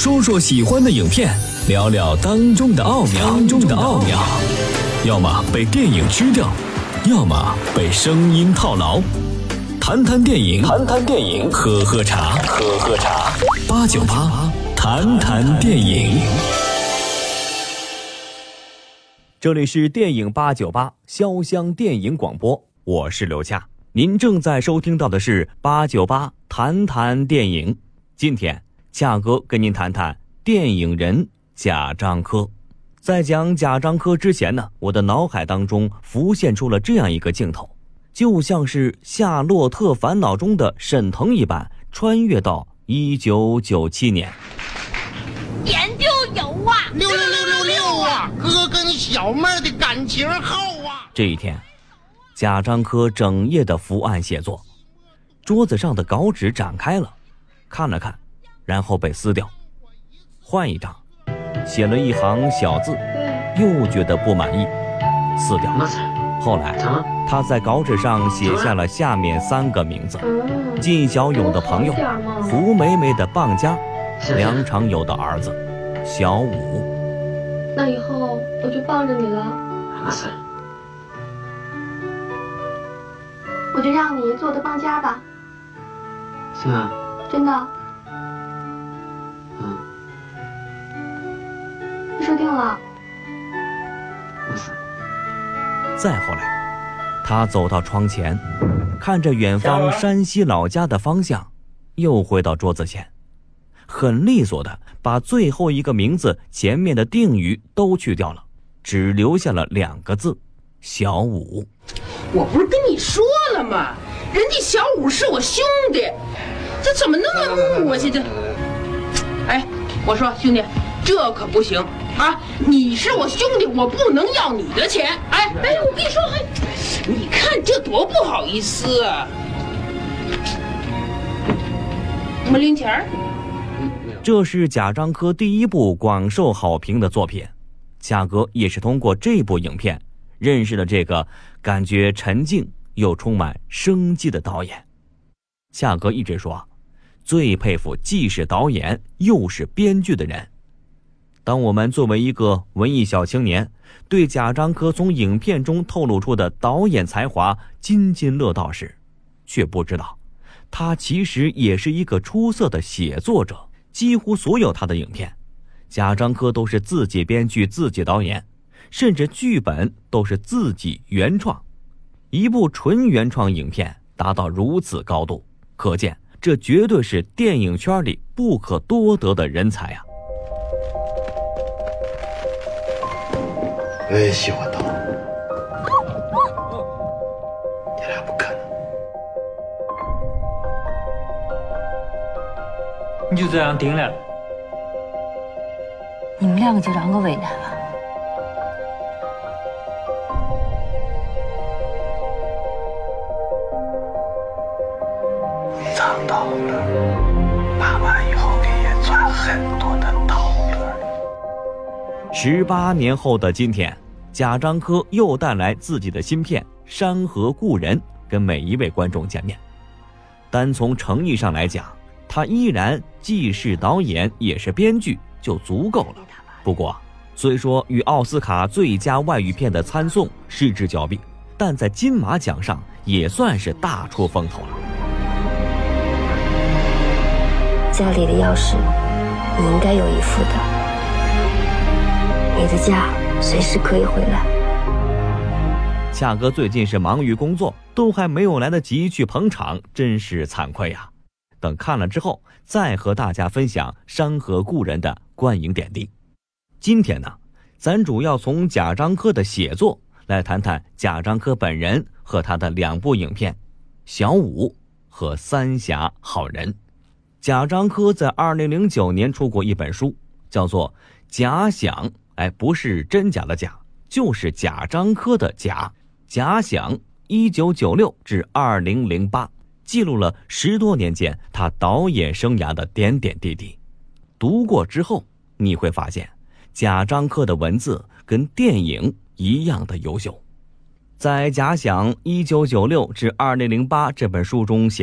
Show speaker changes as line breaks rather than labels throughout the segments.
说说喜欢的影片，聊聊当中的奥妙。要么被电影吃掉，要么被声音套牢。谈谈电影，喝喝茶，898谈谈电影。这里是电影898潇湘电影广播，我是刘恰。您正在收听到的是898谈谈电影。今天恰哥跟您谈谈电影人贾樟柯。在讲贾樟柯之前呢，我的脑海当中浮现出了这样一个镜头，就像是《夏洛特烦恼》中的沈腾一般，穿越到1997年。
研究有啊
666啊，哥跟小妹的感情好啊。
这一天，贾樟柯整夜的伏案写作，桌子上的稿纸展开了，看了看，然后被撕掉，换一张，写了一行小字，又觉得不满意，撕掉。后来他在稿纸上写下了下面3个名字：靳小勇的朋友，胡梅梅的傍家，梁长友的儿子小武。
那以后我就傍着你了。我就让你做我的傍家吧。
是吗？
真的。你说定了。
再后来，他走到窗前，看着远方山西老家的方向，又回到桌子前，很利索的把最后一个名字前面的定语都去掉了，只留下了2个字：小武。
我不是跟你说了吗？人家小武是我兄弟，这怎么那么磨叽的？哎，我说兄弟，这可不行啊！你是我兄弟，我不能要你的钱。哎，我跟你说，你看这多不好意思啊！没零钱。
这是贾樟柯第一部广受好评的作品，恰哥也是通过这部影片认识了这个感觉沉静又充满生机的导演。恰哥一直说，最佩服既是导演又是编剧的人。当我们作为一个文艺小青年，对贾樟柯从影片中透露出的导演才华津津乐道时，却不知道他其实也是一个出色的写作者。几乎所有他的影片，贾樟柯都是自己编剧自己导演，甚至剧本都是自己原创。一部纯原创影片达到如此高度，可见这绝对是电影圈里不可多得的人才啊！
我也喜欢他，你俩不可能。
你就这样定了？
你们2个就让我为难了。
长大了，爸爸以后给你赚很多的道乐。
18年后的今天，贾樟柯又带来自己的新片《山河故人》，跟每一位观众见面。单从诚意上来讲，他依然既是导演也是编剧，就足够了。不过虽说与奥斯卡最佳外语片的参送失之交臂，但在金马奖上也算是大出风头了。
家里的钥匙你应该有一副的，你的家随时可以回来。
恰哥最近是忙于工作，都还没有来得及去捧场，真是惭愧呀。等看了之后再和大家分享《山河故人》的观影点滴。今天呢，咱主要从贾樟柯的写作来谈谈贾樟柯本人和他的2部影片《小武》和《三峡好人》。贾樟柯在2009年出过一本书，叫做《假想》，不是真假的假，就是贾樟柯的贾，假想1996至2008，记录了10多年间他导演生涯的点点滴滴。读过之后，你会发现贾樟柯的文字跟电影一样的优秀。在假想1996至2008这本书中写道，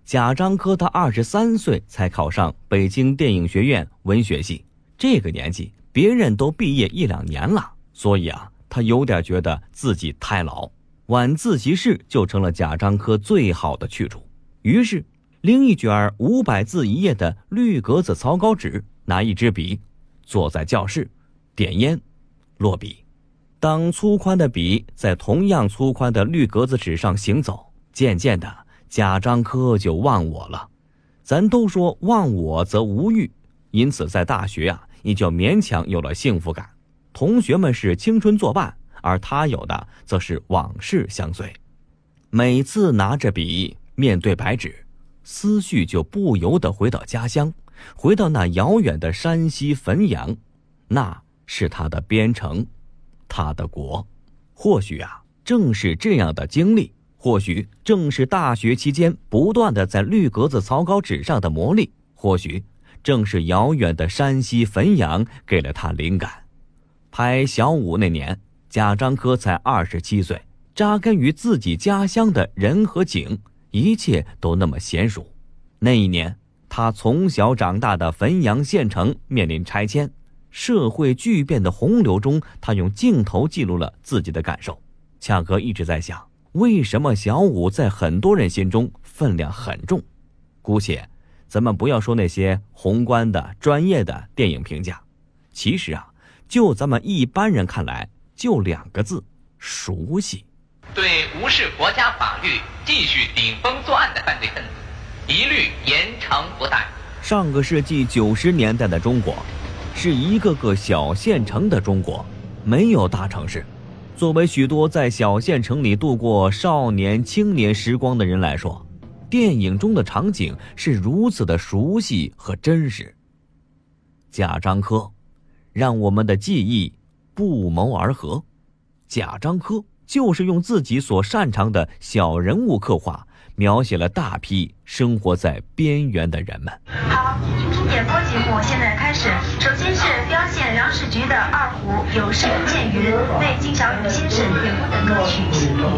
贾樟柯他23岁才考上北京电影学院文学系，这个年纪别人都毕业1-2年了，所以他有点觉得自己太老，晚自习室就成了贾樟柯最好的去处。于是拎一卷500字1页的绿格子草稿纸，拿一支笔，坐在教室点烟落笔。当粗宽的笔在同样粗宽的绿格子纸上行走，渐渐的贾樟柯就忘我了。咱都说忘我则无欲，因此在大学也就勉强有了幸福感。同学们是青春作伴，而他有的则是往事相随。每次拿着笔面对白纸，思绪就不由得回到家乡，回到那遥远的山西汾阳，那是他的边城，他的国。或许正是这样的经历，或许正是大学期间不断的在绿格子草稿纸上的磨砺，或许正是遥远的山西汾阳给了他灵感。拍小五那年，贾樟柯才27岁，扎根于自己家乡的人和景，一切都那么娴熟。那一年，他从小长大的汾阳县城面临拆迁，社会巨变的洪流中，他用镜头记录了自己的感受。恰哥一直在想，为什么小五在很多人心中分量很重？姑且咱们不要说那些宏观的专业的电影评价，其实就咱们一般人看来，就2个字：熟悉。
对无视国家法律继续顶风作案的犯罪分子，一律严惩不贷。
上个世纪90年代的中国，是一个个小县城的中国，没有大城市。作为许多在小县城里度过少年青年时光的人来说，电影中的场景是如此的熟悉和真实。贾樟柯让我们的记忆不谋而合，贾樟柯就是用自己所擅长的小人物刻画，描写了大批生活在边缘的人们。
好，音频点播节目现在开始。首先是标县粮食局的二胡有事不见云为金小雨先生点播的歌曲《心语》。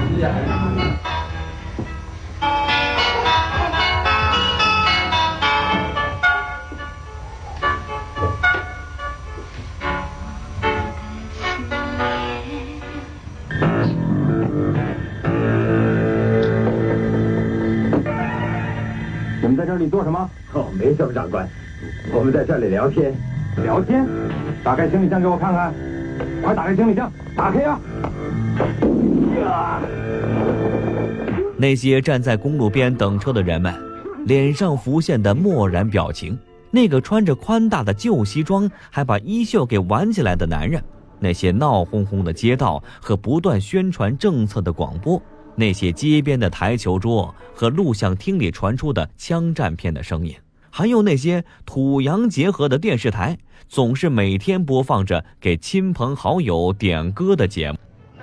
你们在这里做什么？
没什么，长官，我们在这里聊天。
聊天？打开行李箱给我看看，快打开行李箱，打开呀！
那些站在公路边等车的人们，脸上浮现的漠然表情，那个穿着宽大的旧西装还把衣袖给挽起来的男人，那些闹哄哄的街道和不断宣传政策的广播，那些街边的台球桌和录像厅里传出的枪战片的声音，还有那些土洋结合的电视台，总是每天播放着给亲朋好友点歌的节目。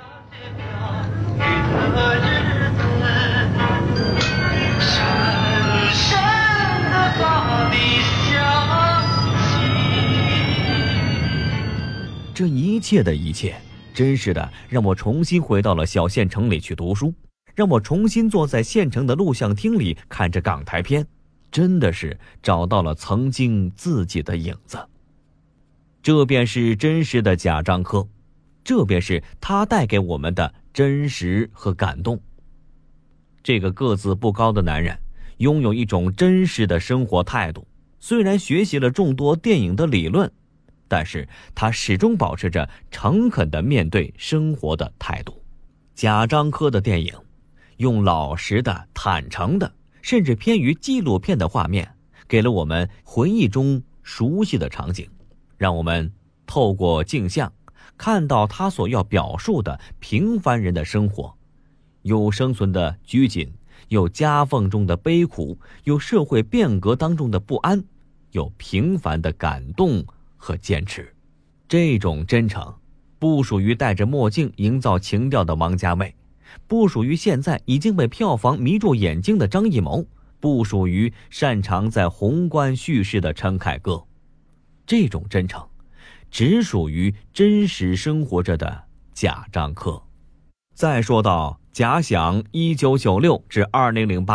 这一切的一切，真是的让我重新回到了小县城里去读书，让我重新坐在县城的录像厅里看着港台片，真的是找到了曾经自己的影子。这便是真实的贾樟柯，这便是他带给我们的真实和感动。这个个子不高的男人拥有一种真实的生活态度，虽然学习了众多电影的理论，但是他始终保持着诚恳地面对生活的态度。贾樟柯的电影用老实的、坦诚的，甚至偏于纪录片的画面，给了我们回忆中熟悉的场景，让我们透过镜像看到他所要表述的平凡人的生活，有生存的拘谨，有夹缝中的悲苦，有社会变革当中的不安，有平凡的感动和坚持。这种真诚不属于戴着墨镜营造情调的王家卫，不属于现在已经被票房迷住眼睛的张艺谋，不属于擅长在宏观叙事的陈凯歌。这种真诚只属于真实生活着的贾樟柯。再说到假想1996至2008，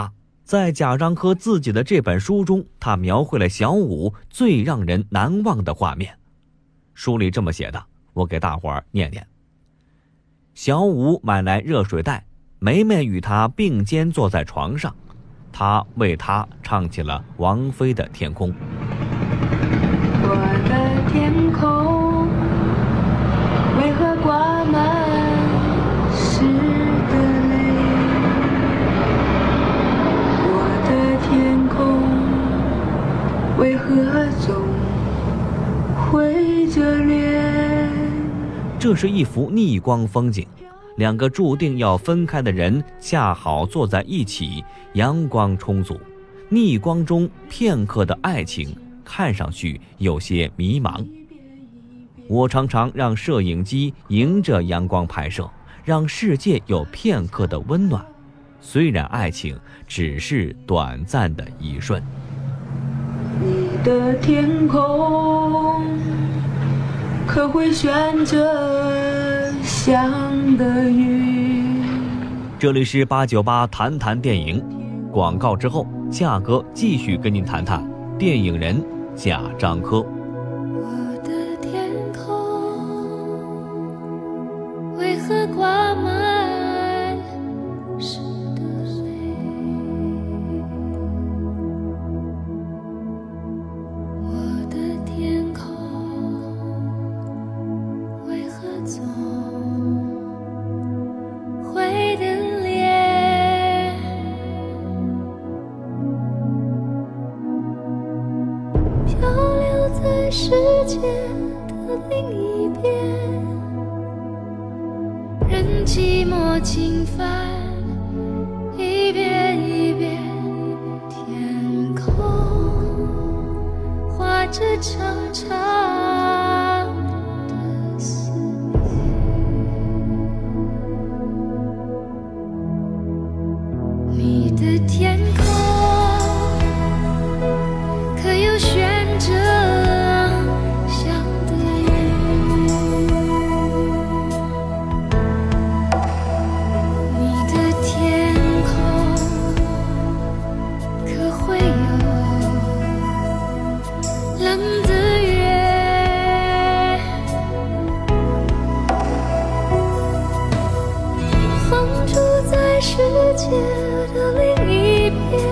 在贾樟柯自己的这本书中，他描绘了小五最让人难忘的画面。书里这么写的，我给大伙儿念念。小五买来热水袋，梅梅与他并肩坐在床上，他为他唱起了王菲的《天空》。
我的天空为何挂满湿的泪？我的天空为何总灰着脸？
这是一幅逆光风景，两个注定要分开的人恰好坐在一起，阳光充足，逆光中片刻的爱情看上去有些迷茫。我常常让摄影机迎着阳光拍摄，让世界有片刻的温暖，虽然爱情只是短暂的一瞬。
你的天空可会悬着香的云？
这里是898谈谈电影，广告之后，夏哥继续跟您谈谈电影人贾樟柯。
我的天空为何挂满湿的泪？我的天空为何总灰的脸？漂流在世界的另一边，任寂寞侵犯，一遍一遍，天空画着长长的思念。你的天空可有悬着香的云？你的天空可会有冷的月？风住在世界的另一边，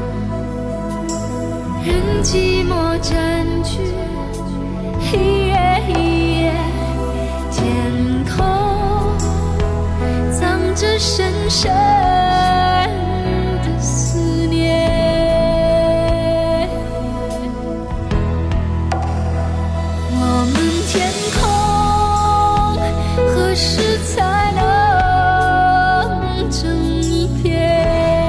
任寂寞占据一夜一夜，天空藏着深深的思念。我们天空何时才能整片？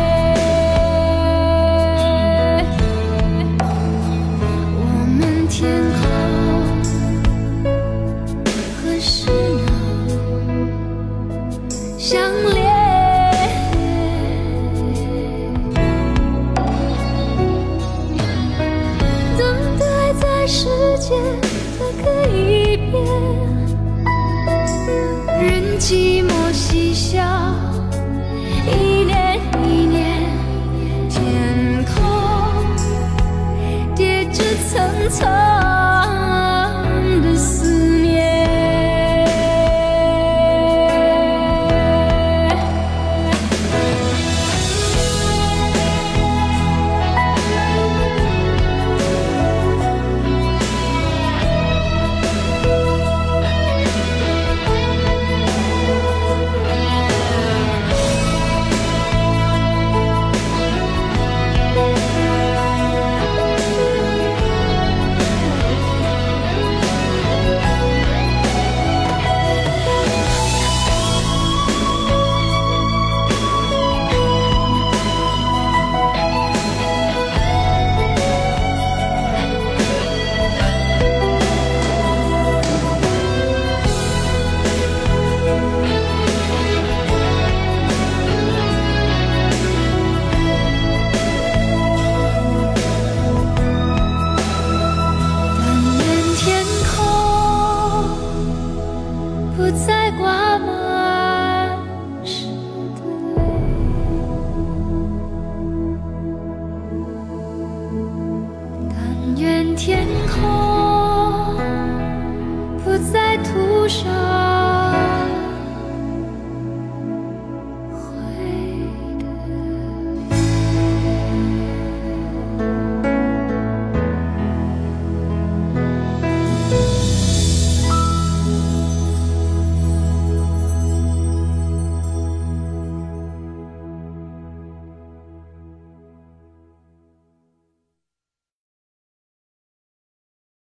我们天空何时能相连？等待在世界的各一边，